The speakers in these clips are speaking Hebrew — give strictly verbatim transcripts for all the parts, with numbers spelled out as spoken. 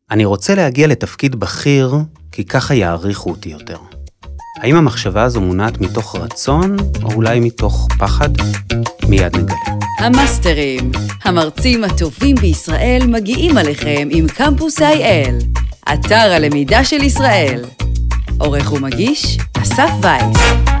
אני רוצה להגיע לתפקיד בכיר, כי ככה יעריכו אותי יותר. האם המחשבה הזו מונעת מתוך רצון, או אולי מתוך פחד? מיד נגלה. המאסטרים, המרצים הטובים בישראל מגיעים עליכם עם קמפוס איי אל, אתר הלמידה של ישראל. עורך ומגיש, אסף וייס.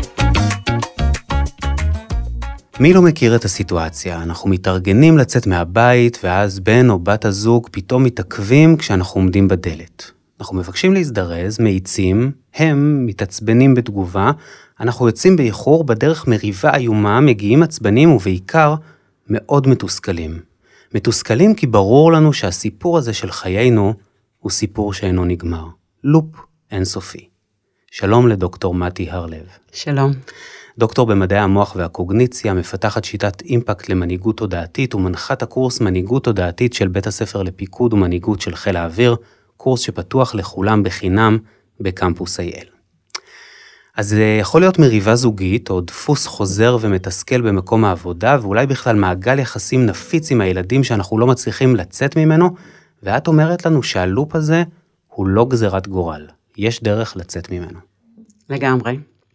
מי לא מכיר את הסיטואציה? אנחנו מתארגנים לצאת מהבית, ואז בן או בת הזוג פתאום מתעכבים כשאנחנו עומדים בדלת. אנחנו מבקשים להזדרז, מאיצים, הם מתעצבנים בתגובה, אנחנו יוצאים באיחור בדרך מריבה איומה, מגיעים עצבנים ובעיקר מאוד מתוסכלים. מתוסכלים כי ברור לנו שהסיפור הזה של חיינו הוא סיפור שאינו נגמר. לופ אינסופי. שלום לדוקטור מתי הרלב. שלום. דוקטור במדעי המוח והקוגניציה, מפתחת שיטת אימפקט למנהיגות תודעתית ומנחת הקורס מנהיגות תודעתית של בית הספר לפיקוד ומנהיגות של חיל האוויר, קורס שפתוח לכולם בחינם בקמפוס איי אל. אז זה יכול להיות מריבה זוגית או דפוס חוזר ומתסכל במקום העבודה, ואולי בכלל מעגל יחסים נפיץ עם הילדים שאנחנו לא מצליחים לצאת ממנו, ואת אומרת לנו שהלופ הזה הוא לא גזירת גורל. יש דרך לצאת ממנו. לגמרי.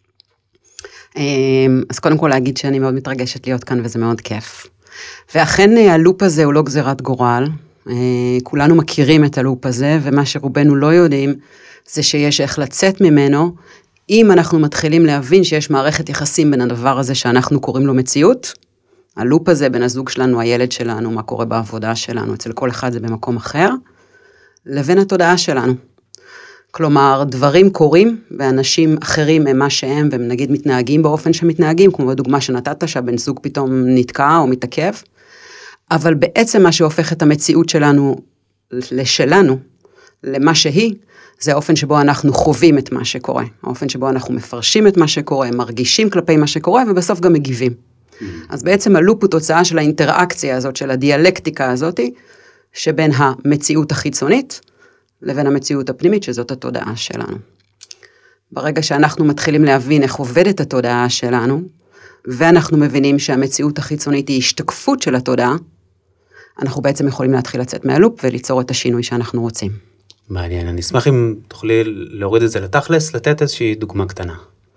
אז קודם כל להגיד שאני מאוד מתרגשת להיות כאן וזה מאוד כיף. ואכן הלופ הזה הוא לא גזירת גורל, כולנו מכירים את הלופ הזה, ומה שרובנו לא יודעים זה שיש איך לצאת ממנו, אם אנחנו מתחילים להבין שיש מערכת יחסים בין הדבר הזה שאנחנו קוראים לו מציאות, הלופ הזה בין הזוג שלנו, הילד שלנו, מה קורה בעבודה שלנו, אצל כל אחד זה במקום אחר, לבין התודעה שלנו. כלומר, דברים קורים, ואנשים אחרים הם מה שהם, והם נגיד מתנהגים באופן שמתנהגים, כמו בדוגמה שנתת, שהבן זוג פתאום נתקע או מתעכב, אבל בעצם מה שהופך את המציאות שלנו לשלנו, למה שהיא, זה האופן שבו אנחנו חווים את מה שקורה, האופן שבו אנחנו מפרשים את מה שקורה, מרגישים כלפי מה שקורה, ובסוף גם מגיבים. אז בעצם הלופ הוא תוצאה של האינטראקציה הזאת, של הדיאלקטיקה הזאת, שבין המציאות החיצונית, לבין המציאות הפנימית, שזאת התודעה שלנו. ברגע שאנחנו מתחילים להבין איך עובדת התודעה שלנו, ואנחנו מבינים שהמציאות החיצונית היא השתקפות של התודעה, אנחנו בעצם יכולים להתחיל לצאת מהלופ וליצור את השינוי שאנחנו רוצים. מעניין, אני אשמח אם תוכלי להוריד את זה לתכלס, לתת איזושהי דוגמה קטנה.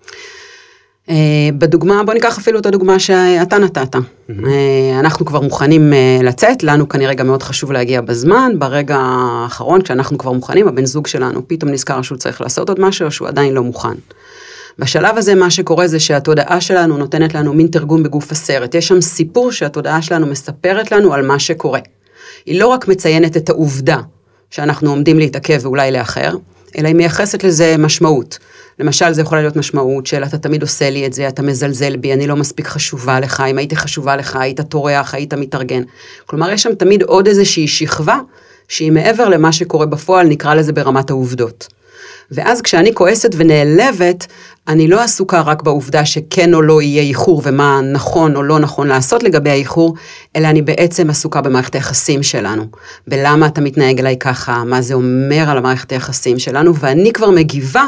בדוגמה, בוא ניקח אפילו את הדוגמה שאתה נתת. אנחנו כבר מוכנים לצאת, לנו כנראה גם מאוד חשוב להגיע בזמן, ברגע האחרון, כשאנחנו כבר מוכנים, הבן זוג שלנו פתאום נזכר שהוא צריך לעשות עוד משהו, או שהוא עדיין לא מוכן. בשלב הזה מה שקורה זה שהתודעה שלנו נותנת לנו מין תרגום בגוף הסרט. יש שם סיפור שהתודעה שלנו מספרת לנו על מה שקורה. היא לא רק מציינת את העובדה שאנחנו עומדים להתעכב ואולי לאחר, אלא היא מייחסת לזה משמעות. למשל, זה יכול להיות משמעות של אתה תמיד עושה לי את זה, אתה מזלזל בי, אני לא מספיק חשובה לך, אם הייתי חשובה לך, היית תורח, היית מתארגן. כלומר, יש שם תמיד עוד איזושהי שכבה, שהיא מעבר למה שקורה בפועל, נקרא לזה ברמת העובדות. ואז כשאני כועסת ונעלבת, אני לא עסוקה רק בעובדה שכן או לא יהיה איחור, ומה נכון או לא נכון לעשות לגבי האיחור, אלא אני בעצם עסוקה במערכת היחסים שלנו. בלמה אתה מתנהג אליי ככה, מה זה אומר על המערכת היחסים שלנו, ואני כבר מגיבה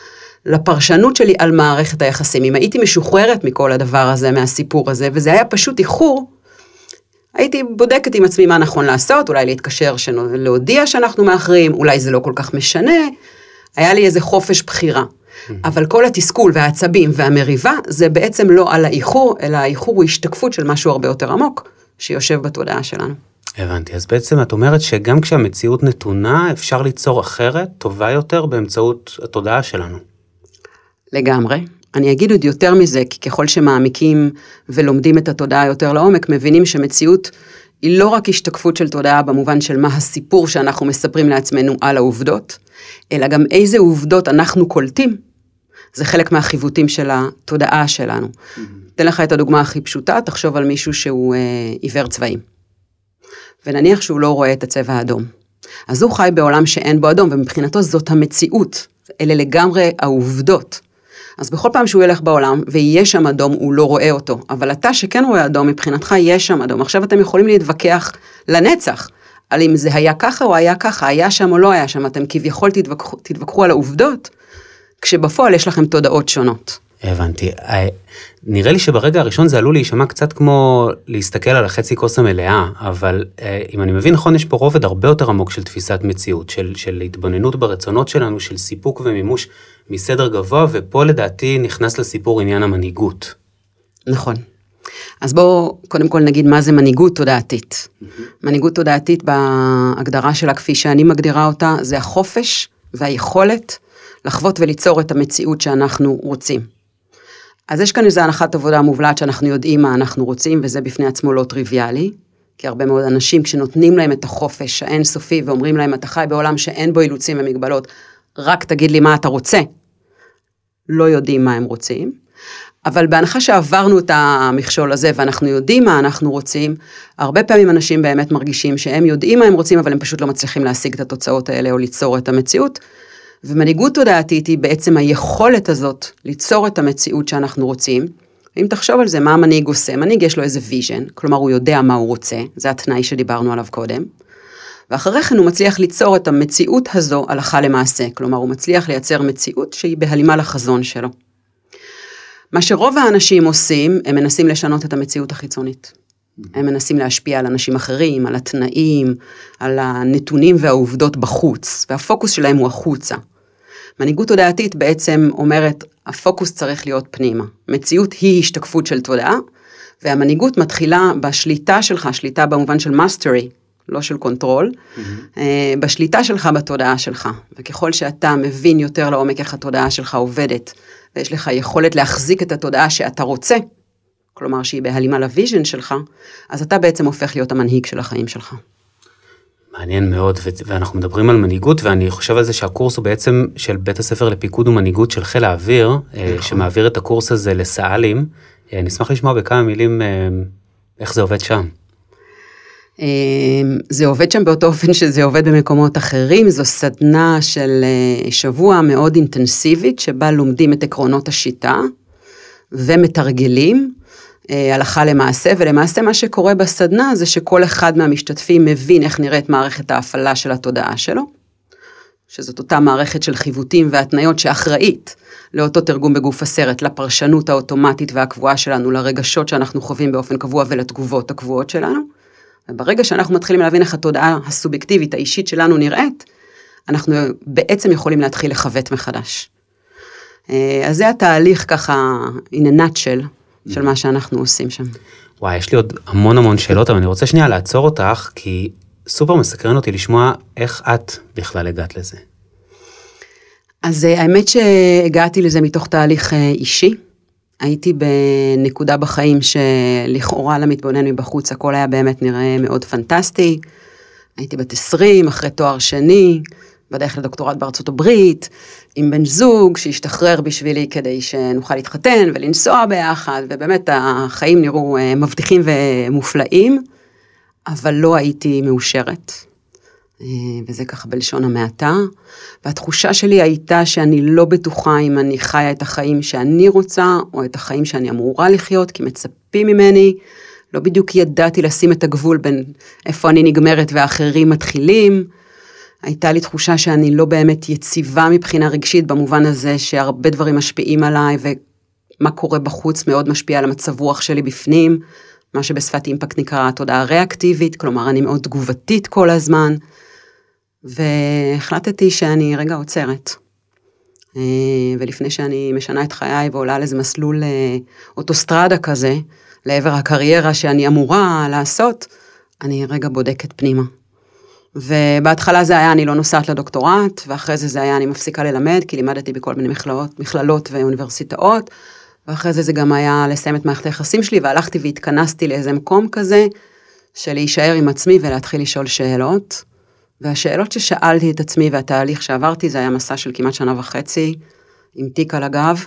לפרשנות שלי על מערכת היחסים. אם הייתי משוחררת מכל הדבר הזה, מהסיפור הזה, וזה היה פשוט איחור, הייתי בודקת עם עצמי מה נכון לעשות, אולי להתקשר, להודיע שאנחנו מאחרים, אולי זה לא כל כך משנה, היה לי איזה חופש בחירה. אבל כל התסכול והעצבים והמריבה, זה בעצם לא על האיחור, אלא האיחור הוא השתקפות של משהו הרבה יותר עמוק, שיושב בתודעה שלנו. הבנתי, אז בעצם את אומרת שגם כשהמציאות נתונה, אפשר ליצור אחרת, טובה יותר, באמצעות התודעה שלנו. לגמרי. אני אגיד עוד יותר מזה, כי ככל שמעמיקים ולומדים את התודעה יותר לעומק, מבינים שמציאות היא לא רק השתקפות של תודעה, במובן של מה הסיפור שאנחנו מספרים לעצמנו על העובדות, אלא גם איזה עובדות אנחנו קולטים, זה חלק מהחיווטים של התודעה שלנו. Mm-hmm. תן לך את הדוגמה הכי פשוטה, תחשוב על מישהו שהוא אה, עיוור צבעים. ונניח שהוא לא רואה את הצבע האדום. אז הוא חי בעולם שאין בו אדום, ומבחינתו זאת המציאות. אלה לגמרי העובדות. אז בכל פעם שהוא ילך בעולם, ויש שם אדום, הוא לא רואה אותו. אבל אתה שכן רואה אדום, מבחינתך יש שם אדום. עכשיו אתם יכולים להתווכח לנצח, על אם זה היה ככה או היה ככה, היה שם או לא היה שם. אתם כביכול תתווכחו, תתווכחו על העובדות, כשבפועל יש לכם תודעות שונות. הבנתי. נראה לי שברגע הראשון זה עלול להישמע קצת כמו להסתכל על החצי כוס המלאה, אבל אם אני מבין נכון, יש פה רובד הרבה יותר עמוק של תפיסת מציאות, של, של התבוננות ברצונות שלנו, של סיפוק ומימוש מסדר גבוה, ופה לדעתי נכנס לסיפור עניין המנהיגות. נכון. אז בואו קודם כל נגיד מה זה מנהיגות תודעתית. Mm-hmm. מנהיגות תודעתית בהגדרה שלה, כפי שאני מגדירה אותה, זה החופש והיכולת לחוות וליצור את המציאות שאנחנו רוצים. אז יש כאן איזו הנחת עבודה מובלעת שאנחנו יודעים מה אנחנו רוצים, וזה בפני עצמו לא טריוויאלי, כי הרבה מאוד אנשים כשנותנים להם את החופש האינסופי, ואומרים להם, אתה חי בעולם שאין בו אילוצים ומגבלות, רק תגיד לי מה אתה רוצה, לא יודעים מה הם רוצים, אבל בהנחה שעברנו את המכשול הזה, ואנחנו יודעים מה אנחנו רוצים, הרבה פעמים אנשים באמת מרגישים שהם יודעים מה הם רוצים, אבל הם פשוט לא מצליחים להשיג את התוצאות האלה, או ליצור את המציאות, ומנהיגות תודעתית היא בעצם היכולת הזאת, ליצור את המציאות שאנחנו רוצים, ואם תחשוב על זה, מה המנהיג עושה? מנהיג יש לו איזה ויז'ן, כלומר הוא יודע מה הוא רוצה, זה התנאי שדיברנו עליו קודם, ואחרי כן הוא מצליח ליצור את המציאות הזו הלכה למעשה, כלומר הוא מצליח לייצר מציאות שהיא בהלימה לחזון שלו. מה שרוב האנשים עושים, הם מנסים לשנות את המציאות החיצונית. הם מנסים להשפיע על אנשים אחרים, על התנאים, על הנתונים והעובדות בחוץ, והפוקוס שלהם הוא החוצה. מנהיגות תודעתית בעצם אומרת, הפוקוס צריך להיות פנימה. מציאות היא השתקפות של תודעה, והמנהיגות מתחילה בשליטה שלך, שליטה במובן של mastery, לא של קונטרול, mm-hmm. בשליטה שלך בתודעה שלך. וככל שאתה מבין יותר לעומק איך התודעה שלך עובדת, ויש לך יכולת להחזיק את התודעה שאתה רוצה, כלומר שהיא בהלימה לוויז'ן שלך, אז אתה בעצם הופך להיות המנהיג של החיים שלך. מעניין מאוד, ואנחנו מדברים על מנהיגות, ואני חושב על זה שהקורס הוא בעצם של בית הספר לפיקוד ומנהיגות של חיל האוויר, נכון. שמעביר את הקורס הזה לסא"לים. נשמח לשמוע בכמה מילים איך זה עובד שם. זה עובד שם באותו אופן שזה עובד במקומות אחרים, זו סדנה של שבוע מאוד אינטנסיבית, שבה לומדים את עקרונות השיטה, ומתרגלים, הלכה למעשה, ולמעשה מה שקורה בסדנה, זה שכל אחד מהמשתתפים מבין איך נראית מערכת ההפעלה של התודעה שלו, שזאת אותה מערכת של חיוותים והתניות שאחראית לאותו תרגום בגוף הסרט, לפרשנות האוטומטית והקבועה שלנו, לרגשות שאנחנו חווים באופן קבוע ולתגובות הקבועות שלנו, וברגע שאנחנו מתחילים להבין איך התודעה הסובייקטיבית, האישית שלנו נראית, אנחנו בעצם יכולים להתחיל לחוות מחדש. אז זה התהליך ככה, in a nutshell, של מה שאנחנו עושים שם. וואי, יש לי עוד המון המון שאלות, אבל אני רוצה שנייה לעצור אותך, כי סופר מסקרן אותי לשמוע איך את בכלל הגעת לזה. אז האמת שהגעתי לזה מתוך תהליך אישי, הייתי בנקודה בחיים שלכאורה למתבונן מבחוץ, הכל היה באמת נראה מאוד פנטסטי, הייתי בת עשרים, אחרי תואר שני, בדרך לדוקטורט בארצות הברית, עם בן זוג שהשתחרר בשבילי כדי שנוכל להתחתן ולנסוע ביחד, ובאמת החיים נראו מבטיחים ומופלאים, אבל לא הייתי מאושרת, וזה ככה בלשון המעטה, והתחושה שלי הייתה שאני לא בטוחה אם אני חיה את החיים שאני רוצה, או את החיים שאני אמורה לחיות, כי מצפים ממני, לא בדיוק ידעתי לשים את הגבול בין איפה אני נגמרת והאחרים מתחילים, הייתה לי תחושה שאני לא באמת יציבה מבחינה רגשית, במובן הזה שהרבה דברים משפיעים עליי, ומה קורה בחוץ מאוד משפיע על המצב רוח שלי בפנים, מה שבשפת אימפקט נקרא תודעה ריאקטיבית, כלומר אני מאוד תגובתית כל הזמן, והחלטתי שאני רגע עוצרת. ולפני שאני משנה את חיי ועולה על איזה מסלול אוטוסטרדה כזה, לעבר הקריירה שאני אמורה לעשות, אני רגע בודקת פנימה. ובהתחלה זה היה אני לא נוסעת לדוקטורט, ואחרי זה זה היה אני מפסיקה ללמד, כי לימדתי בכל מיני מכללות, מכללות ואוניברסיטאות, ואחרי זה זה גם היה לסיים את מערכת היחסים שלי, והלכתי והתכנסתי לאיזה מקום כזה, של להישאר עם עצמי ולהתחיל לשאול שאלות, והשאלות ששאלתי את עצמי והתהליך שעברתי, זה היה מסע של כמעט שנה וחצי, עם תיק על הגב,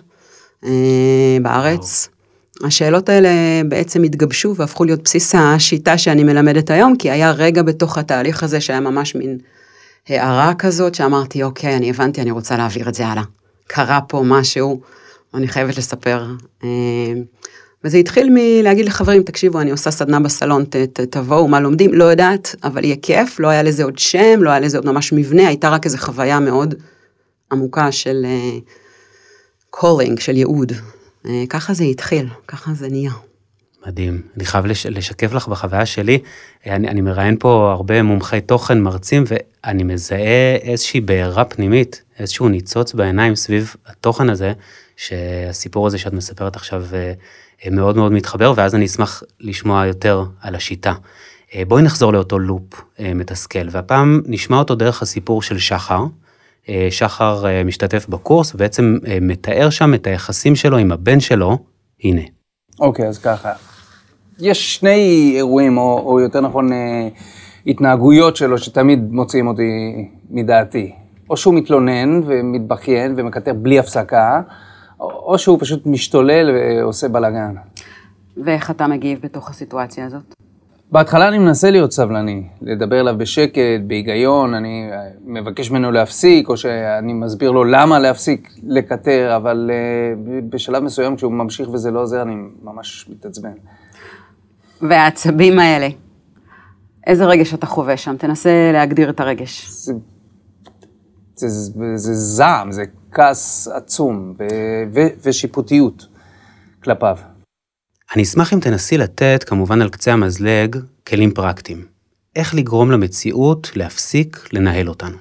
בארץ. השאלות האלה בעצם התגבשו והפכו להיות בסיס השיטה שאני מלמדת היום, כי היה רגע בתוך התהליך הזה שהיה ממש מין הערה כזאת, שאמרתי, אוקיי, אני הבנתי, אני רוצה להעביר את זה הלאה. קרה פה משהו, אני חייבת לספר. וזה התחיל מלהגיד לחברים, תקשיבו, אני עושה סדנה בסלון, ת, ת, תבואו, מה לומדים, לא יודעת, אבל יהיה כיף, לא היה לזה עוד שם, לא היה לזה עוד ממש מבנה, הייתה רק איזו חוויה מאוד עמוקה של קולינג, של ייעוד. ככה זה התחיל, ככה זה נהיה. מדהים. אני חייב לש, לשקף לך בחוויה שלי, אני, אני מראיין פה הרבה מומחי תוכן, מרצים, ואני מזהה איזושהי בעירה פנימית, איזשהו ניצוץ בעיניים סביב התוכן הזה, שהסיפור הזה שאת מספרת עכשיו מאוד מאוד מתחבר, ואז אני אשמח לשמוע יותר על השיטה. בואי נחזור לאותו לופ מתסכל, והפעם נשמע אותו דרך הסיפור של שחר. שחר משתתף בקורס, ובעצם מתאר שם את היחסים שלו עם הבן שלו, הנה. אוקיי, okay, אז ככה. יש שני אירועים, או, או יותר נכון, התנהגויות שלו, שתמיד מוציאים אותי מדעתי. או שהוא מתלונן ומתבכיין ומקטר בלי הפסקה, או שהוא פשוט משתולל ועושה בלגן. ואיך אתה מגיב בתוך הסיטואציה הזאת? בהתחלה אני מנסה להיות סבלני, לדבר אליו בשקט, בהיגיון, אני מבקש ממנו להפסיק, או שאני מסביר לו למה להפסיק לקטר, אבל בשלב מסוים כשהוא ממשיך וזה לא עוזר, אני ממש מתעצבן. והעצבים האלה, איזה רגש אתה חווה שם? תנסה להגדיר את הרגש. זה, זה, זה, זה זעם, זה כעס עצום ו, ו, ושיפוטיות כלפיו. אני אשמח אם תנסי לתת, כמובן על קצה המזלג, כלים פרקטיים. איך לגרום למציאות להפסיק לנהל אותנו?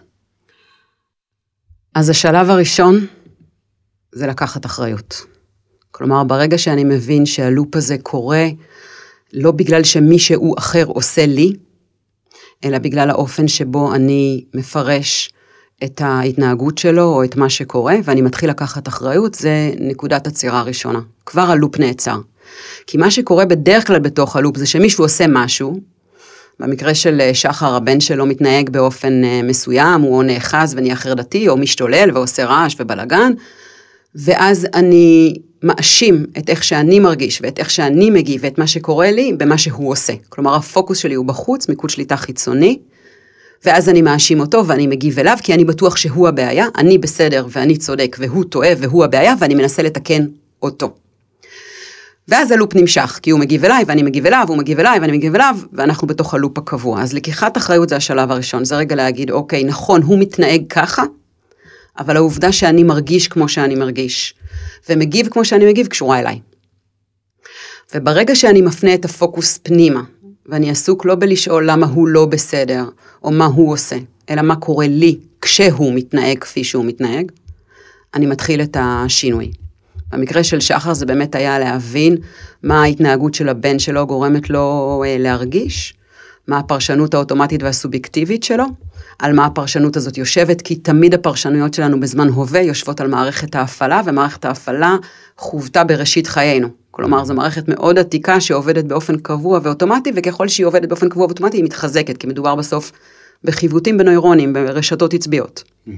אז השלב הראשון זה לקחת אחריות. כלומר, ברגע שאני מבין שהלופ הזה קורה, לא בגלל שמישהו אחר עושה לי, אלא בגלל האופן שבו אני מפרש את ההתנהגות שלו או את מה שקורה, ואני מתחיל לקחת אחריות, זה נקודת הצירה הראשונה. כבר הלופ נעצר. כי מה שקורה בדרך כלל בתוך הלופ זה שמישהו עושה משהו, במקרה של שחר הבן שלו מתנהג באופן מסוים, הוא או נאחז ונהיה חרדתי, או משתולל ועושה רעש ובלגן, ואז אני מאשים את איך שאני מרגיש ואת איך שאני מגיב ואת מה שקורה לי במה שהוא עושה. כלומר, הפוקוס שלי הוא בחוץ, מיקוד שליטה חיצוני, ואז אני מאשים אותו ואני מגיב אליו, כי אני בטוח שהוא הבעיה, אני בסדר ואני צודק והוא טועה והוא הבעיה, ואני מנסה לתקן אותו. ואז הלופ נמשך, כי הוא מגיב אליי ואני מגיב אליו, הוא מגיב אליי ואני מגיב אליו, ואנחנו בתוך הלופ הקבוע. אז לקיחת אחריות זה השלב הראשון, זה רגע להגיד, אוקיי, נכון, הוא מתנהג ככה, אבל העובדה שאני מרגיש כמו שאני מרגיש, ומגיב כמו שאני מגיב, קשורה אליי. וברגע שאני מפנה את הפוקוס פנימה, ואני עסוק לא בלשאול למה הוא לא בסדר, או מה הוא עושה, אלא מה קורה לי כשהוא מתנהג כפי שהוא מתנהג, אני מתחיל את השינוי. במקרה של שחר זה באמת היה להבין מה ההתנהגות של הבן שלו גורמת לו להרגיש, מה הפרשנות האוטומטית והסובייקטיבית שלו, על מה הפרשנות הזאת יושבת, כי תמיד הפרשנויות שלנו בזמן הווה יושבות על מערכת ההפעלה, ומערכת ההפעלה חוותה בראשית חיינו. כלומר, זו מערכת מאוד עתיקה שעובדת באופן קבוע ואוטומטי, וככל שהיא עובדת באופן קבוע ואוטומטי, היא מתחזקת, כי מדובר בסוף בחיווטים בנוירונים, ברשתות עצביות. Mm-hmm.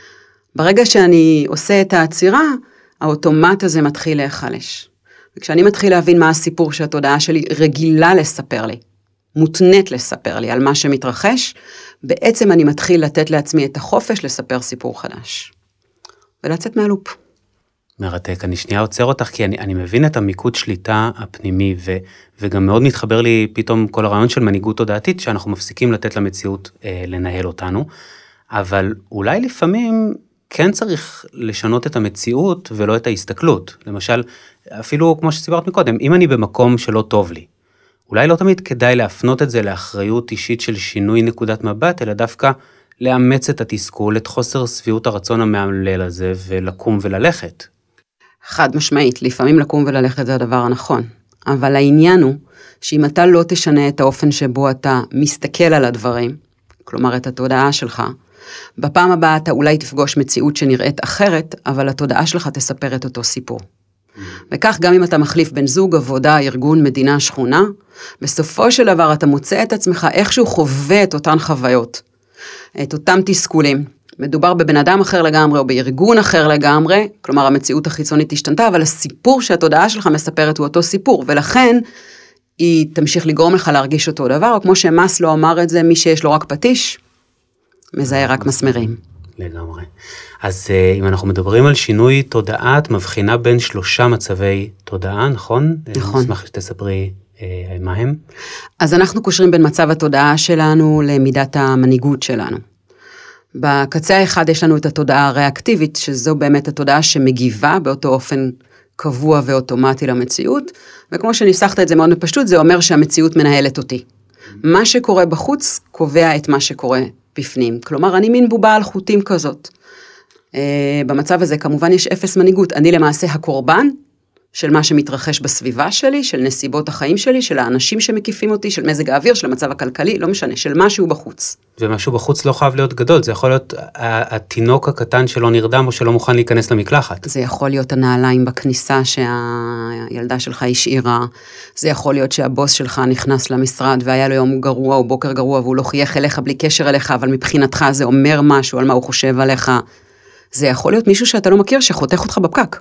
ברגע שאני עושה את העצירה, האוטומט הזה מתחיל להיחלש. וכשאני מתחיל להבין מה הסיפור שהתודעה שלי רגילה לספר לי, מותנית לספר לי על מה שמתרחש, בעצם אני מתחיל לתת לעצמי את החופש לספר סיפור חדש. ולצאת מהלופ. מרתק, אני שנייה עוצר אותך, כי אני, אני מבין את המיקוד שליטה הפנימי, ו, וגם מאוד מתחבר לי פתאום כל הרעיון של מנהיגות תודעתית, שאנחנו מפסיקים לתת למציאות אה, לנהל אותנו, אבל אולי לפעמים כן צריך לשנות את המציאות ולא את ההסתכלות. למשל, אפילו כמו שסיפרת מקודם, אם אני במקום שלא טוב לי, אולי לא תמיד כדאי להפנות את זה לאחריות אישית של שינוי נקודת מבט, אלא דווקא לאמץ את התסכול, את חוסר סביעות הרצון המעלל הזה, ולקום וללכת. חד משמעית, לפעמים לקום וללכת זה הדבר הנכון, אבל העניין הוא שאם אתה לא תשנה את האופן שבו אתה מסתכל על הדברים, כלומר את התודעה שלך, בפעם הבאה אתה אולי תפגוש מציאות שנראית אחרת, אבל התודעה שלך תספר את אותו סיפור. וכך גם אם אתה מחליף בין זוג, עבודה, ארגון, מדינה, שכונה, בסופו של דבר אתה מוצא את עצמך איכשהו חווה את אותן חוויות, את אותם תסכולים. מדובר בבן אדם אחר לגמרי או בארגון אחר לגמרי, כלומר המציאות החיצונית השתנתה, אבל הסיפור שהתודעה שלך מספרת הוא אותו סיפור, ולכן היא תמשיך לגרום לך להרגיש אותו דבר, או כמו שמאסלו אמר את זה, מי שיש לו רק פטיש, מזהה רק מסמרים. לגמרי. אז אם אנחנו מדברים על שינוי תודעה, את מבחינה בין שלושה מצבי תודעה, נכון? נכון. נשמח שתספרי מה הם. אז אנחנו קושרים בין מצב התודעה שלנו למידת המנהיגות שלנו. בקצה האחד יש לנו את התודעה הריאקטיבית, שזו באמת התודעה שמגיבה באותו אופן קבוע ואוטומטי למציאות, וכמו שניסחת את זה מאוד בפשטות, זה אומר שהמציאות מנהלת אותי. מה שקורה בחוץ קובע את מה שקורה בפנים. כלומר, אני מין בובה על חוטים כזאת. במצב הזה כמובן יש אפס מנהיגות. אני למעשה הקורבן של מה שמתרחש בסביבה שלי, של נסיבות החיים שלי, של האנשים שמקיפים אותי, של מזג האוויר, של המצב הכלכלי, לא משנה, של משהו בחוץ. ומשהו בחוץ לא חייב להיות גדול, זה יכול להיות התינוק הקטן שלא נרדם או שלא מוכן להיכנס למקלחת. זה יכול להיות הנעליים בכניסה שהילדה שלך השאירה, זה יכול להיות שהבוס שלך נכנס למשרד והיה לו יום גרוע או בוקר גרוע והוא לא חייך אליך בלי קשר אליך, אבל מבחינתך זה אומר משהו על מה הוא חושב עליך. זה יכול להיות מישהו שאתה לא מכיר שחותך אותך בפקק.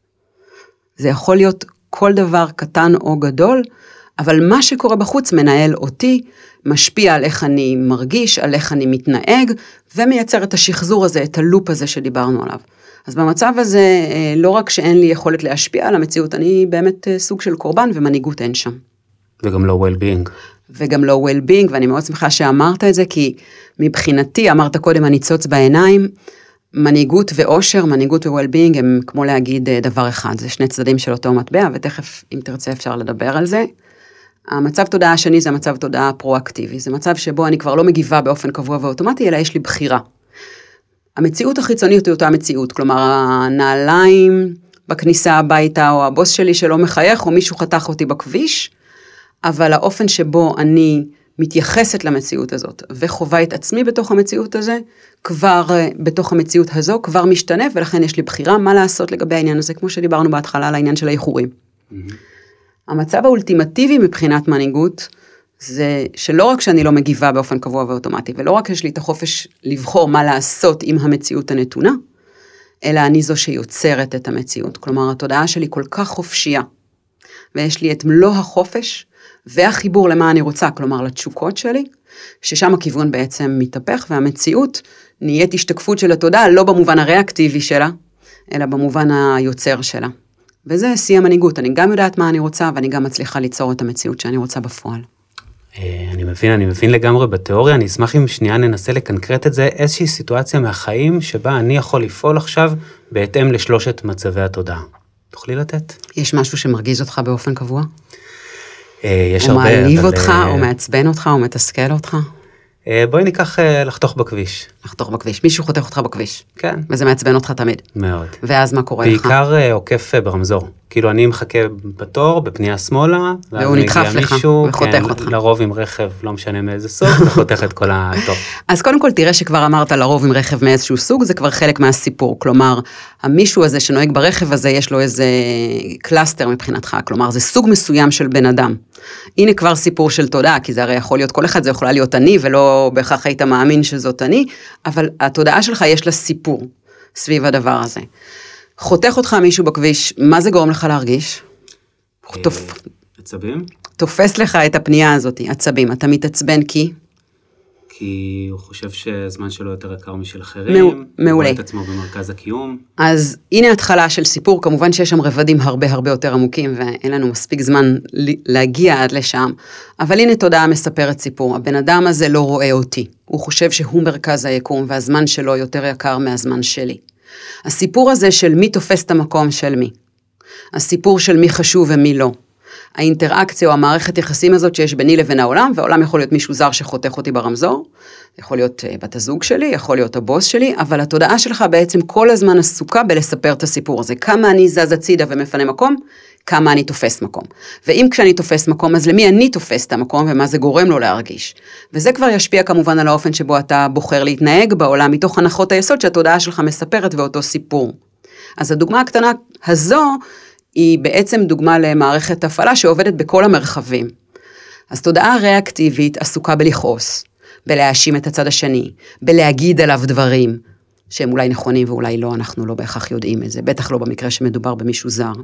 זה יכול להיות כל דבר קטן או גדול, אבל מה שקורה בחוץ מנהל אותי, משפיע על איך אני מרגיש, על איך אני מתנהג, ומייצר את השחזור הזה, את הלופ הזה שדיברנו עליו. אז במצב הזה, לא רק שאין לי יכולת להשפיע על המציאות, אני באמת סוג של קורבן, ומנהיגות אין שם. וגם לא well-being. וגם לא well-being, ואני מאוד שמחה שאמרת את זה, כי מבחינתי, אמרת קודם, הניצוץ בעיניים, מנהיגות ואושר, מנהיגות ו-well-being הם כמו להגיד דבר אחד, זה שני צדדים של אותו מטבע, ותכף אם תרצה אפשר לדבר על זה. המצב תודעה השני זה מצב תודעה פרואקטיבי, זה מצב שבו אני כבר לא מגיבה באופן קבוע ואוטומטי, אלא יש לי בחירה. המציאות החיצונית היא אותה מציאות, כלומר הנעליים בכניסה הביתה, או הבוס שלי שלא מחייך, או מישהו חתך אותי בכביש, אבל האופן שבו אני מתייחסת למציאות הזאת, וחובה את עצמי בתוך המציאות הזה, כבר בתוך המציאות הזו, כבר משתנה, ולכן יש לי בחירה מה לעשות לגבי העניין הזה, כמו שדיברנו בהתחלה על העניין של האיחורים. Mm-hmm. המצב האולטימטיבי מבחינת מנהיגות, זה שלא רק שאני לא מגיבה באופן קבוע ואוטומטי, ולא רק יש לי את החופש לבחור מה לעשות עם המציאות הנתונה, אלא אני זו שיוצרת את המציאות. כלומר, התודעה שלי כל כך חופשייה, ויש לי את מלוא החופש, והחיבור למה אני רוצה, כלומר לתשוקות שלי, ששם הכיוון בעצם מתהפך, והמציאות נהיית השתקפות של התודעה, לא במובן הריאקטיבי שלה, אלא במובן היוצר שלה. וזה שיא המנהיגות, אני גם יודעת מה אני רוצה, ואני גם מצליחה ליצור את המציאות שאני רוצה בפועל. אני מבין, אני מבין לגמרי בתיאוריה, אני אשמח אם שנייה ננסה לקנקרט את זה, איזושהי סיטואציה מהחיים, שבה אני יכול לפעול עכשיו, בהתאם לשלושת מצבי התודעה. תוכלי לתת? יש משהו שמרגיז אותך באופן קבוע? יש או הרבה, מעליב אבל... אותך, או מעצבן אותך, או מתסכל אותך? בואי ניקח לחתוך בכביש. לחתוך בכביש, מישהו חותך אותך בכביש. כן. וזה מעצבן אותך תמיד. מאוד. ואז מה קורה לך? בעיקר עוקף ברמזור. כאילו אני מחכה בתור, בפנייה שמאלה, והוא נדחף לך, מישהו, וחותך כן, אותך. לרוב עם רכב, לא משנה מאיזה סוג, וחותך את כל התור. אז קודם כל תראה שכבר אמרת לרוב עם רכב מאיזשהו סוג, זה כבר חלק מהסיפור. כלומר, המישהו הזה שנוהג ברכב הזה, יש לו איזה קלאסטר מבחינתך. כלומר, זה סוג מסוים של בן אדם. הנה כבר סיפור של תודעה, כי זה הרי יכול להיות כל אחד, זה יכולה להיות אני, ולא בהכרח היית מאמין שזאת אני, אבל התודעה שלך יש לה סיפור סביב הדבר הזה. חותך אותך מישהו בכביש, מה זה גורם לך להרגיש? עצבים? תופס לך את הפנייה הזאת, עצבים. אתה מתעצבן כי? כי הוא חושב שהזמן שלו יותר יקר משל אחרים. מעולה. הוא רואה את עצמו במרכז הקיום. אז הנה התחלה של סיפור, כמובן שיש שם רבדים הרבה הרבה יותר עמוקים, ואין לנו מספיק זמן להגיע עד לשם, אבל הנה תודעה מספרת סיפור. הבן אדם הזה לא רואה אותי. הוא חושב שהוא מרכז היקום, והזמן שלו יותר יקר מהזמן שלי. הסיפור הזה של מי תופס את המקום של מי. הסיפור של מי חשוב ומי לא. האינטראקציה או המערכת יחסים הזאת שיש ביני לבין העולם, והעולם יכול להיות מישהו זר שחותך אותי ברמזור, יכול להיות בת הזוג שלי, יכול להיות הבוס שלי, אבל התודעה שלך בעצם כל הזמן עסוקה בלספר את הסיפור הזה. כמה אני זז הצידה ומפנה מקום, כמה אני תופס מקום. ואם כשאני תופס מקום, אז למי אני תופס את המקום ומה זה גורם לו להרגיש. וזה כבר ישפיע כמובן על האופן שבו אתה בוחר להתנהג בעולם, מתוך הנחות היסוד שהתודעה שלך מספרת ואותו סיפור. אז הדוגמה הקטנה הזו, היא בעצם דוגמה למערכת הפעלה שעובדת בכל המרחבים. אז תודעה ריאקטיבית עסוקה בלכעוס, בלהאשים את הצד השני, בלהגיד עליו דברים, שהם אולי נכונים ואולי לא, אנחנו לא בהכרח יודעים את זה, בטח לא במקרה שמדובר במישהו זר.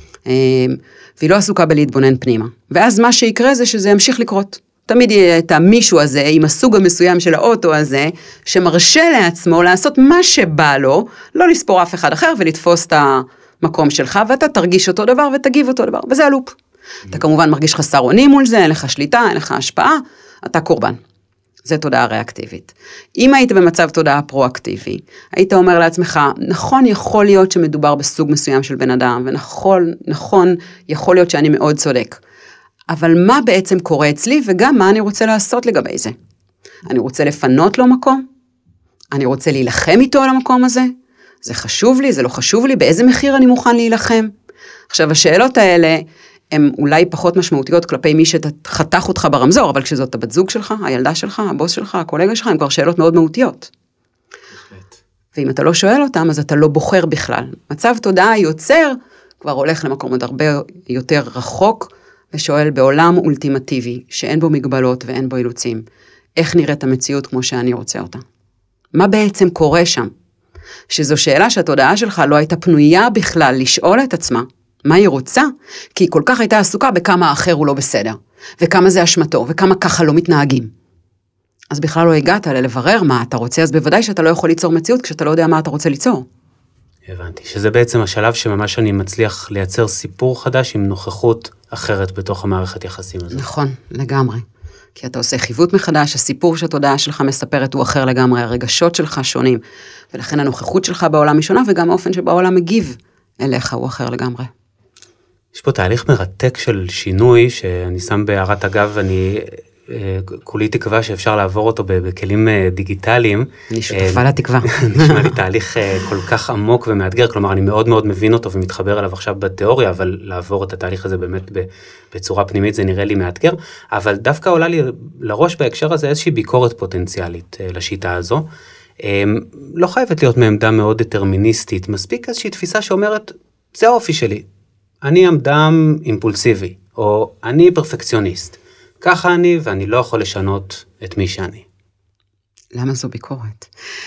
והיא לא עסוקה בלהתבונן פנימה. ואז מה שיקרה זה שזה ימשיך לקרות. תמיד יהיה את המישהו הזה, עם הסוג המסוים של האוטו הזה, שמרשה לעצמו לעשות מה שבא לו, לא לספור אף אחד אחר ולתפוס את המקום שלך, ואתה תרגיש אותו דבר ותגיב אותו דבר, וזה הלופ. אתה כמובן מרגיש חסר אונים מול זה, אין לך שליטה, אין לך השפעה, אתה קורבן. זה תודעה ריאקטיבית. אם היית במצב תודעה פרואקטיבי, היית אומר לעצמך, נכון, יכול להיות שמדובר בסוג מסוים של בן אדם, ונכון, נכון, יכול להיות שאני מאוד צודק. אבל מה בעצם קורה אצלי, וגם מה אני רוצה לעשות לגבי זה? אני רוצה לפנות לו מקום? אני רוצה להילחם איתו על המקום הזה? זה חשוב לי, זה לא חשוב לי, באיזה מחיר אני מוכן להילחם? עכשיו, השאלות האלה, הן אולי פחות משמעותיות כלפי מי שחתך אותך ברמזור, אבל כשזאת הבת זוג שלך, הילדה שלך, הבוס שלך, הקולגה שלך, הן כבר שאלות מאוד מהותיות. ואם אתה לא שואל אותם, אז אתה לא בוחר בכלל. מצב תודעה יוצר, כבר הולך למקום עוד הרבה יותר רחוק, ושואל בעולם אולטימטיבי, שאין בו מגבלות ואין בו אילוצים. איך נראית המציאות כמו שאני רוצה אותה? מה בעצם קורה שם? שזו שאלה שהתודעה שלך לא הייתה פנויה בכלל לשאול את עצמה, מה היא רוצה? כי היא כל כך הייתה עסוקה בכמה האחר הוא לא בסדר, וכמה זה אשמתו, וכמה ככה לא מתנהגים. אז בכלל לא הגעת לברר מה אתה רוצה, אז בוודאי שאתה לא יכול ליצור מציאות כשאתה לא יודע מה אתה רוצה ליצור. הבנתי, שזה בעצם השלב שממש אני מצליח לייצר סיפור חדש עם נוכחות אחרת בתוך המערכת יחסים הזאת. נכון, לגמרי. כי אתה עושה חיווט מחדש, הסיפור שהתודעה שלך מספרת הוא אחר לגמרי, הרגשות שלך שונים, ולכן הנוכחות שלך בעולם היא שונה, וגם האופן שבעולם מגיב אליך הוא אחר לגמרי. יש פה תהליך מרתק של שינוי, שאני שם בהערת אגב, אני כולי תקווה שאפשר לעבור אותו בכלים דיגיטליים. אני שותפה לתקווה. נשמע לי תהליך כל כך עמוק ומאתגר, כלומר אני מאוד מאוד מבין אותו ומתחבר אליו עכשיו בתיאוריה, אבל לעבור את התהליך הזה באמת בצורה פנימית זה נראה לי מאתגר, אבל דווקא עולה לי לראש בהקשר הזה איזושהי ביקורת פוטנציאלית לשיטה הזו. לא חייבת להיות מעמדה מאוד דטרמיניסטית, מספיק איזושהי תפיסה שאומרת, זה האופי שלי, אני אדם אימפולסיבי, או אני פרפקציוניסט. ככה אני, ואני לא יכול לשנות את מי שאני. למה זו ביקורת?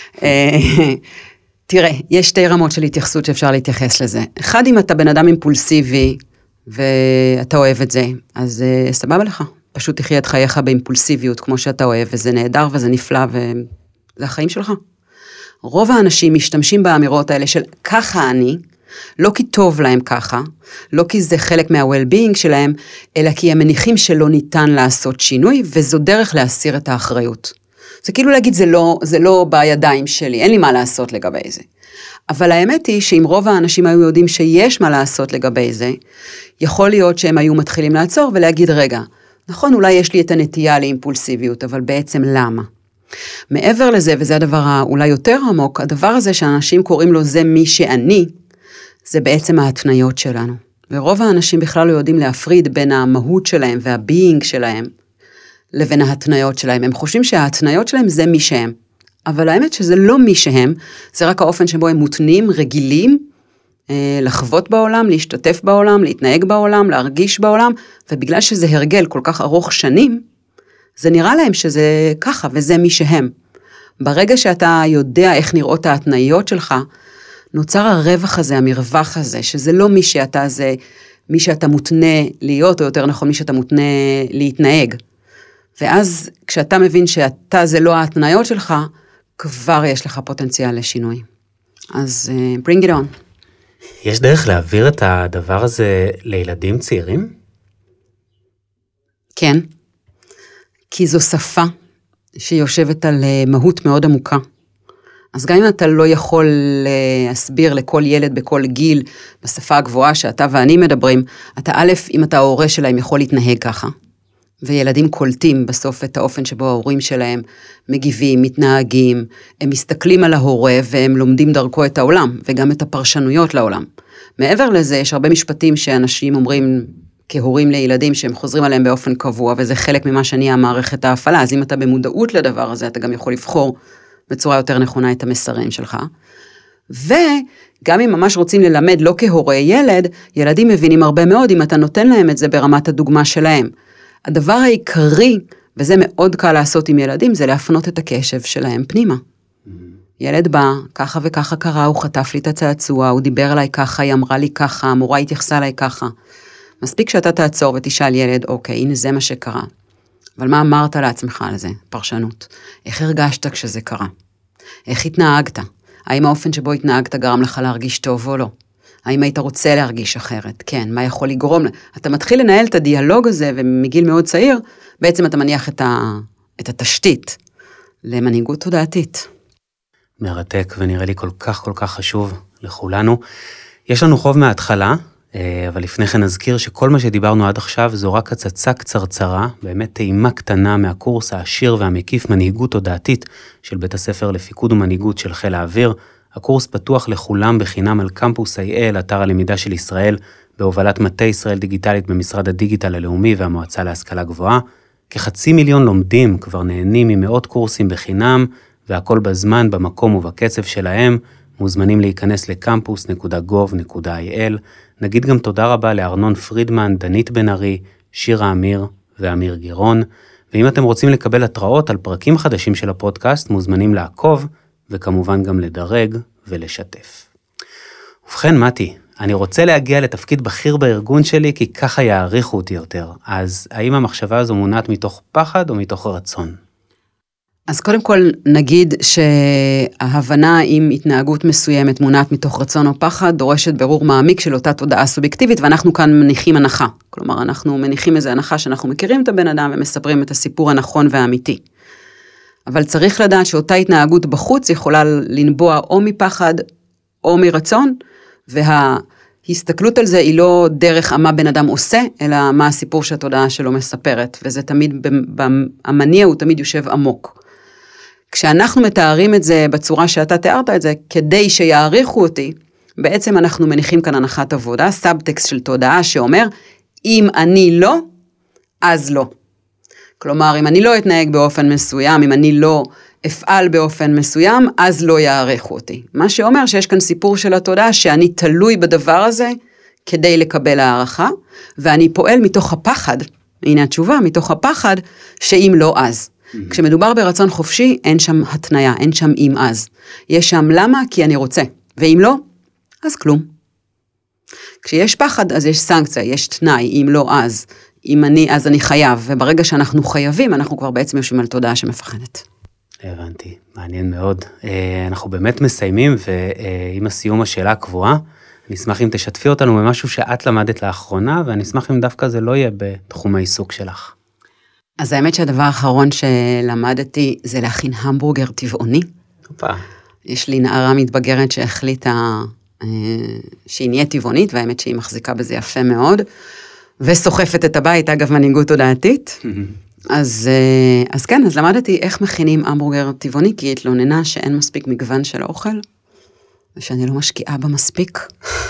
תראה, יש שתי רמות של התייחסות שאפשר להתייחס לזה. אחד, אם אתה בן אדם אימפולסיבי, ואתה אוהב את זה, אז סבבה לך. פשוט תחיה את חייך באימפולסיביות, כמו שאתה אוהב, וזה נהדר וזה נפלא, וזה החיים שלך. רוב האנשים משתמשים באמירות האלה של ככה אני, לא כי טוב להם ככה, לא כי זה חלק מה-well-being שלהם, אלא כי הם מניחים שלא ניתן לעשות שינוי, וזו דרך להסיר את האחריות. זה כאילו להגיד, זה לא, זה לא בידיים שלי, אין לי מה לעשות לגבי זה. אבל האמת היא שאם רוב האנשים היו יודעים שיש מה לעשות לגבי זה, יכול להיות שהם היו מתחילים לעצור ולהגיד, רגע, נכון, אולי יש לי את הנטייה לאימפולסיביות, אבל בעצם למה? מעבר לזה, וזה הדבר האולי יותר עמוק, הדבר הזה שאנשים קוראים לו זה מי שאני, זה בעצם ההתניות שלנו. ורוב האנשים בכלל לא יודעים להפריד בין המהות שלהם והביינג שלהם, לבין ההתניות שלהם. הם חושבים שההתניות שלהם זה מי שהם. אבל האמת שזה לא מי שהם, זה רק האופן שבו הם מותנים, רגילים, לחוות בעולם, להשתתף בעולם, להתנהג בעולם, להרגיש בעולם, ובגלל שזה הרגל כל כך ארוך שנים, זה נראה להם שזה ככה, וזה מי שהם. ברגע שאתה יודע איך נראות ההתניות שלך, נוצר הרווח הזה, המרווח הזה, שזה לא מי שאתה זה, מי שאתה מותנה להיות, או יותר נכון, מי שאתה מותנה להתנהג. ואז כשאתה מבין שאתה זה לא ההתניות שלך, כבר יש לך פוטנציאל לשינוי. אז uh, bring it on. יש דרך להעביר את הדבר הזה לילדים צעירים? כן. כי זו שפה שיושבת על מהות מאוד עמוקה. אז גם אם אתה לא יכול להסביר לכל ילד בכל גיל, בשפה הגבוהה שאתה ואני מדברים, אתה א', אם אתה ההורה שלהם יכול להתנהג ככה, וילדים קולטים בסוף את האופן שבו ההורים שלהם מגיבים, מתנהגים, הם מסתכלים על ההורה והם לומדים דרכו את העולם, וגם את הפרשנויות לעולם. מעבר לזה, יש הרבה משפטים שאנשים אומרים כהורים לילדים שהם חוזרים עליהם באופן קבוע, וזה חלק ממה שאני המערכת ההפעלה, אז אם אתה במודעות לדבר הזה, אתה גם יכול לבחור בצורה יותר נכונה את המסרים שלך. וגם אם ממש רוצים ללמד לא כהורי ילד, ילדים מבינים הרבה מאוד אם אתה נותן להם את זה ברמת הדוגמה שלהם. הדבר העיקרי, וזה מאוד קל לעשות עם ילדים, זה להפנות את הקשב שלהם פנימה. ילד בא, ככה וככה קרה, הוא חטף לי את הצעצוע, הוא דיבר עליי ככה, היא אמרה לי ככה, המורה התייחסה עליי ככה. מספיק שאתה תעצור ותשאל ילד, אוקיי, הנה זה מה שקרה. אבל מה אמרת לעצמך על זה? פרשנות. איך הרגשת כשזה קרה? איך התנהגת? האם האופן שבו התנהגת גרם לך להרגיש טוב או לא? האם היית רוצה להרגיש אחרת? כן, מה יכול לגרום? אתה מתחיל לנהל את הדיאלוג הזה, ומגיל מאוד צעיר, בעצם אתה מניח את, ה... את התשתית למנהיגות תודעתית. מרתק, ונראה לי כל כך כל כך חשוב לכולנו. יש לנו חוב מההתחלה, אבל לפני כן נזכיר שכל מה שדיברנו עד עכשיו זו רק הצצה קצרצרה, באמת טעימה קטנה מהקורס העשיר והמקיף מנהיגות תודעתית של בית הספר לפיקוד ומנהיגות של חיל האוויר. הקורס פתוח לכולם בחינם על קמפוס איי אל, אתר הלמידה של ישראל, בהובלת מטה ישראל דיגיטלית במשרד הדיגיטל הלאומי והמועצה להשכלה גבוהה. כחצי מיליון לומדים כבר נהנים ממאות קורסים בחינם, והכל בזמן, במקום ובקצב שלהם. מוזמנים להיכנס לקמפוס נקודה גוב נקודה איי אל. נגיד גם תודה רבה לארנון פרידמן, דנית בן ארי, שירה אמיר ואמיר גירון. ואם אתם רוצים לקבל התראות על פרקים חדשים של הפודקאסט, מוזמנים לעקוב, וכמובן גם לדרג ולשתף. ובכן, מתי, אני רוצה להגיע לתפקיד בכיר בארגון שלי, כי ככה יעריכו אותי יותר. אז האם המחשבה הזו מונעת מתוך פחד או מתוך רצון? אז קודם כל נגיד שההבנה עם התנהגות מסוימת מונעת מתוך רצון או פחד, דורשת ברור מעמיק של אותה תודעה סובייקטיבית, ואנחנו כאן מניחים הנחה. כלומר, אנחנו מניחים איזו הנחה שאנחנו מכירים את הבן אדם ומספרים את הסיפור הנכון והאמיתי. אבל צריך לדעת שאותה התנהגות בחוץ יכולה לנבוע או מפחד או מרצון, וההסתכלות על זה היא לא דרך מה בן אדם עושה, אלא מה הסיפור שהתודעה שלו מספרת, וזה תמיד, המניע הוא תמיד יושב עמוק. כשאנחנו מתארים את זה בצורה שאתה תיארת את זה, כדי שיעריכו אותי, בעצם אנחנו מניחים כאן הנחת עבודה, סאבטקסט של תודעה שאומר, אם אני לא, אז לא. כלומר, אם אני לא אתנהג באופן מסוים, אם אני לא אפעל באופן מסוים, אז לא יעריכו אותי. מה שאומר שיש כאן סיפור של התודעה, שאני תלוי בדבר הזה, כדי לקבל הערכה, ואני פועל מתוך הפחד, הנה התשובה, מתוך הפחד, שאם לא אז. כשמדובר ברצון חופשי, אין שם התניה, אין שם אם אז. יש שם למה? כי אני רוצה. ואם לא, אז כלום. כשיש פחד, אז יש סנקציה, יש תנאי, אם לא אז. אם אני, אז אני חייב. וברגע שאנחנו חייבים, אנחנו כבר בעצם יושבים על תודעה שמפחדת. הבנתי, מעניין מאוד. אנחנו באמת מסיימים, ועם הסיום השאלה הקבועה, אני אשמח אם תשתפי אותנו במשהו שאת למדת לאחרונה, ואני אשמח אם דווקא זה לא יהיה בתחום העיסוק שלך. אז האמת שהדבר האחרון שלמדתי זה להכין המבורגר טבעוני. אופה. יש לי נערה מתבגרת שהחליטה שהיא נהיה טבעונית, והאמת שהיא מחזיקה בזה יפה מאוד, וסוחפת את הבית, אגב מנהיגות תודעתית. אז, אז כן, אז למדתי איך מכינים המבורגר טבעוני, כי היא התלוננה שאין מספיק מגוון של האוכל, ושאני לא משקיעה בה מספיק.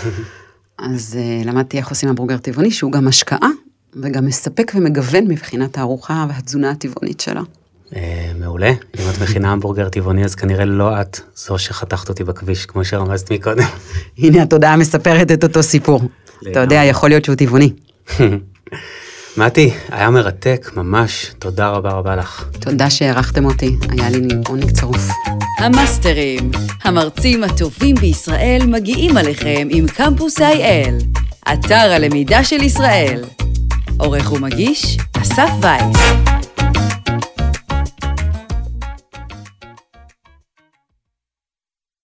אז למדתי איך עושים המבורגר טבעוני, שהוא גם השקעה, וגם מספק ומגוון מבחינת הארוחה והתזונה הטבעונית שלה. מעולה. אם את מכינה המבורגר טבעוני, אז כנראה לא את זו שחתכת אותי בכביש, כמו שרמזת מקודם. הנה, התודעה מספרת את אותו סיפור. אתה יודע, יכול להיות שהוא טבעוני. מתי, היה מרתק, ממש. תודה רבה רבה לך. תודה שהערכתם אותי. היה לי עונג צרוף. המאסטרים, המרצים הטובים בישראל מגיעים עליכם עם קמפוס איי אל, אתר הלמידה של ישראל. עורך ומגיש, אסף וייס.